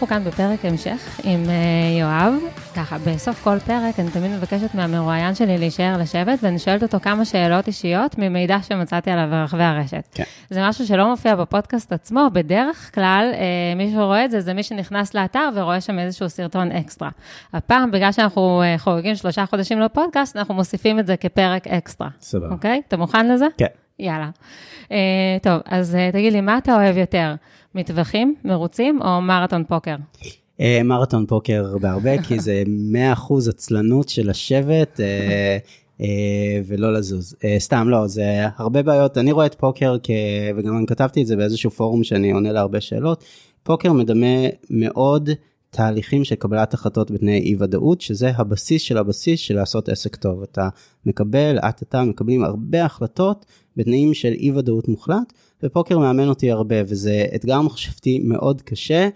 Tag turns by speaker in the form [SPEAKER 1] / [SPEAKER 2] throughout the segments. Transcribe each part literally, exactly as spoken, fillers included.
[SPEAKER 1] אנחנו כאן בפרק המשך עם יואב. ככה, בסוף כל פרק אני תמיד מבקשת מהמרואיין שלי להישאר לשבת, ואני שואלת אותו כמה שאלות אישיות ממידע שמצאתי עליו ברחבי הרשת. כן. זה משהו שלא מופיע בפודקאסט עצמו, בדרך כלל מי שרואה את זה, זה מי שנכנס לאתר ורואה שם איזשהו סרטון אקסטרה. הפעם, בגלל שאנחנו חוגגים שלושה חודשים לפודקאסט, אנחנו מוסיפים את זה כפרק אקסטרה.
[SPEAKER 2] סבבה.
[SPEAKER 1] אוקיי? אתה מוכן לזה?
[SPEAKER 2] כן.
[SPEAKER 1] יאללה. טוב, אז תגיד לי, מה אתה אוהב יותר? מטווחים, מרוצים או מרתון פוקר?
[SPEAKER 2] מרתון פוקר בהרבה, כי זה מאה אחוז עצלנות של השבט, ולא לזוז. סתם לא, זה הרבה בעיות. אני רואה את פוקר, וגם אני כתבתי את זה באיזשהו פורום שאני עונה להרבה שאלות. פוקר מדמה מאוד תהליכים של קבלת החלטות בתנאי אי ודאות, שזה הבסיס של הבסיס של לעשות עסק טוב. אתה מקבל, את אתה מקבלים הרבה החלטות בתנאים של אי ודאות מוחלט, ופוקר מאמן אותי הרבה, וזה אתגר מחשבתי מאוד קשה,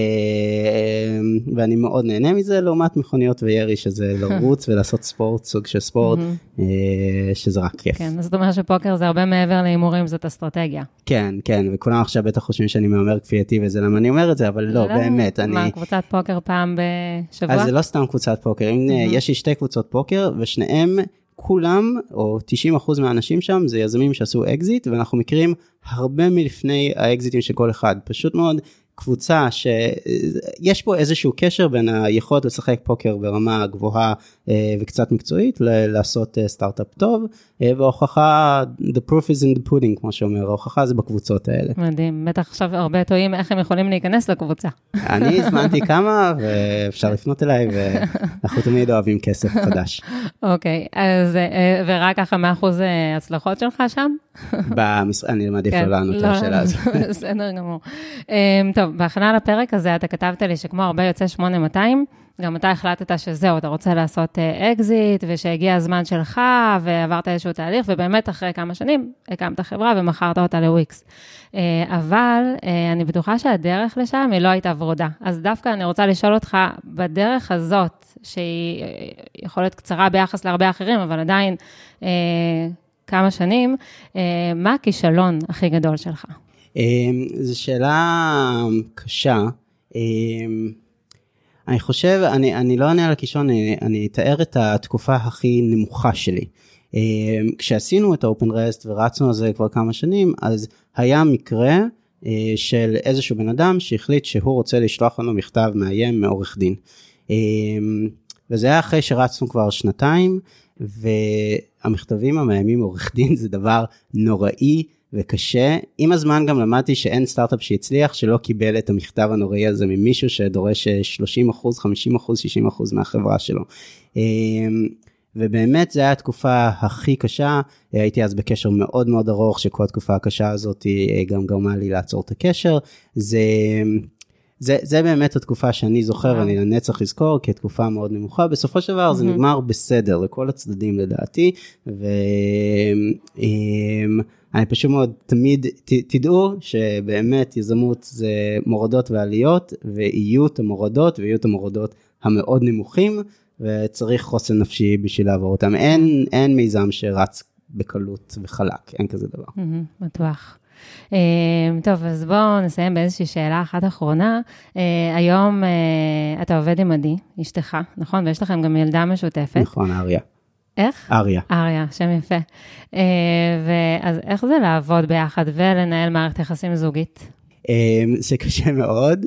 [SPEAKER 2] ואני מאוד נהנה מזה, לעומת מכוניות וירי, שזה לרוץ ולעשות ספורט, סוג של ספורט, שזה רק כיף.
[SPEAKER 1] כן, זאת אומרת שפוקר זה הרבה מעבר להימורים, זאת אסטרטגיה.
[SPEAKER 2] כן, כן, וכולם עכשיו בטח חושבים שאני מאמר כפייתי, וזה למה אני אומר את זה, אבל לא, באמת.
[SPEAKER 1] מה, קבוצת פוקר פעם בשבוע?
[SPEAKER 2] אז זה לא סתם קבוצת פוקר, יש לי שתי קבוצות פוקר, ושניהם כולם, או תשעים אחוז מהאנשים שם, זה יזמים שעשו אקזיט, ואנחנו מכירים הרבה מלפני האקזיטים של כל אחד. פשוט מאוד קבוצה שיש פה איזשהו קשר בין היכולת לשחק פוקר ברמה גבוהה וקצת מקצועית, לעשות סטארט-אפ טוב, וההוכחה, the proof is in the pudding, כמו שאומר, ההוכחה זה בקבוצות האלה.
[SPEAKER 1] מדהים, בטח עכשיו הרבה טועים איך הם יכולים להיכנס לקבוצה.
[SPEAKER 2] אני הזמנתי כמה, ואפשר לפנות אליי, ואנחנו תמיד אוהבים כסף חדש.
[SPEAKER 1] אוקיי, אז ורק ככה מה אחוז הצלחות שלך שם?
[SPEAKER 2] אני מעדיף לא לענות את השאלה הזאת.
[SPEAKER 1] בסדר גמור. טוב, בהכנה לפרק הזה אתה כתבת לי שכמו הרבה יוצא שמונה מאתיים, גם אתה החלטת שזהו, אתה רוצה לעשות אקזיט, ושהגיע הזמן שלך, ועברת איזשהו תהליך, ובאמת אחרי כמה שנים הקמת חברה ומכרת אותה לוויקס. אבל אני בטוחה שהדרך לשם היא לא הייתה ורודה. אז דווקא אני רוצה לשאול אותך, בדרך הזאת, שהיא יכולת קצרה ביחס להרבה אחרים, אבל עדיין כמה שנים, מה הכישלון הכי גדול שלך?
[SPEAKER 2] זו שאלה קשה. אני חושב, אני, אני לא עונה על הכישלון, אני, אני אתאר את התקופה הכי נמוכה שלי. כשעשינו את האופן רסט ורצנו על זה כבר כמה שנים, אז היה מקרה של איזשהו בן אדם שהחליט שהוא רוצה לשלוח לנו מכתב מאיים מעורך דין. וזה היה אחרי שרצנו כבר שנתיים, והמכתבים המאיימים מעורך דין זה דבר נוראי, וקשה. עם הזמן גם למדתי שאין סטארט-אפ שהצליח, שלא קיבל את המכתב הנוראי הזה ממישהו שדורש שלושים אחוז, חמישים אחוז, שישים אחוז מהחברה שלו. ובאמת זה היה התקופה הכי קשה, הייתי אז בקשר מאוד מאוד ארוך, שכל התקופה הקשה הזאת גם גרמה לי לעצור את הקשר. זה, זה, זה באמת התקופה שאני זוכר, ואני לנצח לזכור, כתקופה מאוד נמוכה. בסופו של דבר זה נגמר בסדר, לכל הצדדים לדעתי, ו... אני פשוט מאוד, תמיד ת, תדעו שבאמת יזמות זה מורדות ועליות, ויהיו את המורדות, ויהיו את המורדות המאוד נמוכים, וצריך חוסן נפשי בשביל לעבור אותם. אין, אין מיזם שרץ בקלות וחלק, אין כזה דבר.
[SPEAKER 1] בטוח. טוב, אז בואו נסיים באיזושהי שאלה אחת אחרונה. היום אתה עובד עם עדי, אשתך, נכון? ויש לכם גם ילדה משותפת.
[SPEAKER 2] נכון, אריה.
[SPEAKER 1] איך?
[SPEAKER 2] אריה.
[SPEAKER 1] אריה, שם יפה. ואז איך זה לעבוד ביחד ולנהל מערכת יחסים זוגית?
[SPEAKER 2] זה קשה מאוד.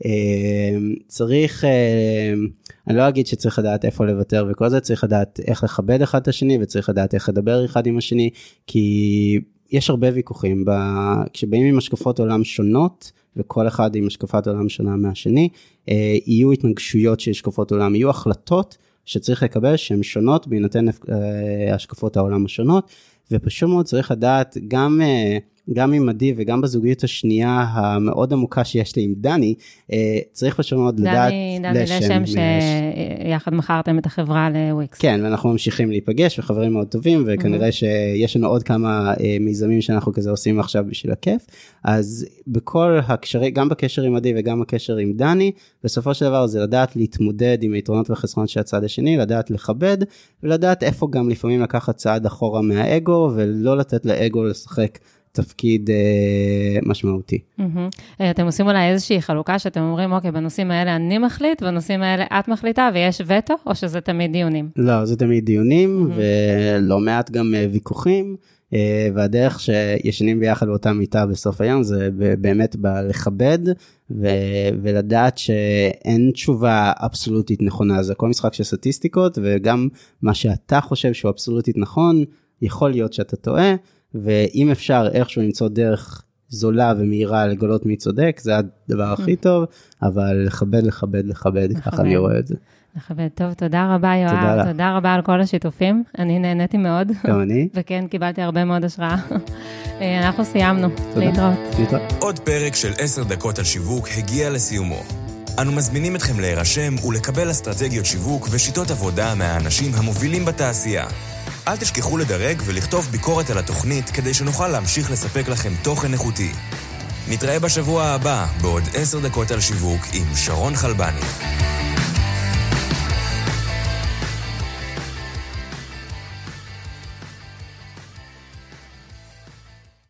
[SPEAKER 2] צריך, אני לא אגיד שצריך לדעת איפה לוותר וכל זה, צריך לדעת איך לכבד אחד את השני, וצריך לדעת איך לדבר אחד עם השני, כי יש הרבה ויכוחים. כשבאים עם השקפות עולם שונות, וכל אחד עם השקפת עולם שונה מהשני, יהיו התנגשויות של השקפות עולם, יהיו החלטות, שצריך לקבל שהן שונות בהינתן השקפות העולם השונות, ופשוט מאוד צריך לדעת גם, גם עם עדי וגם בזוגיות השנייה המאוד עמוקה שיש לי עם דני, צריך פשוט מאוד לדעת
[SPEAKER 1] דני לשם שיחד מכרתם את החברה לוויקס.
[SPEAKER 2] כן, ואנחנו ממשיכים להיפגש וחברים מאוד טובים, וכנראה שיש לנו עוד כמה מיזמים שאנחנו כזה עושים עכשיו בשביל הכיף, אז בכל הקשרי, גם בקשר עם עדי וגם בקשר עם דני, בסופו של דבר זה לדעת להתמודד עם היתרונות וחסרונות של הצד השני, לדעת לכבד, ולדעת איפה גם לפעמים לקחת צעד אחורה מהאגו, ולא לתת לאגו לשחק תפקיד אה, משמעותי.
[SPEAKER 1] Mm-hmm. אתם עושים אולי איזושהי חלוקה שאתם אומרים, אוקיי, בנושאים האלה אני מחליט, בנושאים האלה את מחליטה, ויש וטו, או שזה תמיד דיונים?
[SPEAKER 2] לא, זה תמיד דיונים, mm-hmm. ולא מעט גם אה, ויכוחים, אה, והדרך שישנים ביחד באותה מיטה בסוף היום, זה באמת בא לכבד, ו- ולדעת שאין תשובה אבסולוטית נכונה, זה כל משחק של סטטיסטיקות, וגם מה שאתה חושב שהוא אבסולוטית נכון, יכול להיות שאתה טועה, ואם אפשר איכשהו למצוא דרך זולה ומהירה לגלות מי צודק, זה הדבר הכי טוב, אבל לכבד, לכבד, לכבד, ככה אני רואה את זה.
[SPEAKER 1] לכבד, טוב, תודה רבה יואב, תודה רבה על כל השיתופים, אני נהניתי מאוד.
[SPEAKER 2] גם אני.
[SPEAKER 1] וכן, קיבלתי הרבה מאוד השראה. אנחנו סיימנו, להתראות.
[SPEAKER 3] עוד פרק של עשר דקות על שיווק הגיע לסיומו. אנו מזמינים אתכם להירשם ולקבל אסטרטגיות שיווק ושיטות עבודה מהאנשים המובילים בתעשייה. אל תשכחו לדרג ולכתוב ביקורת על התוכנית כדי שנוכל להמשיך לספק לכם תוכן איכותי. נתראה בשבוע הבא בעוד עשר דקות על שיווק עם שרון חלבני.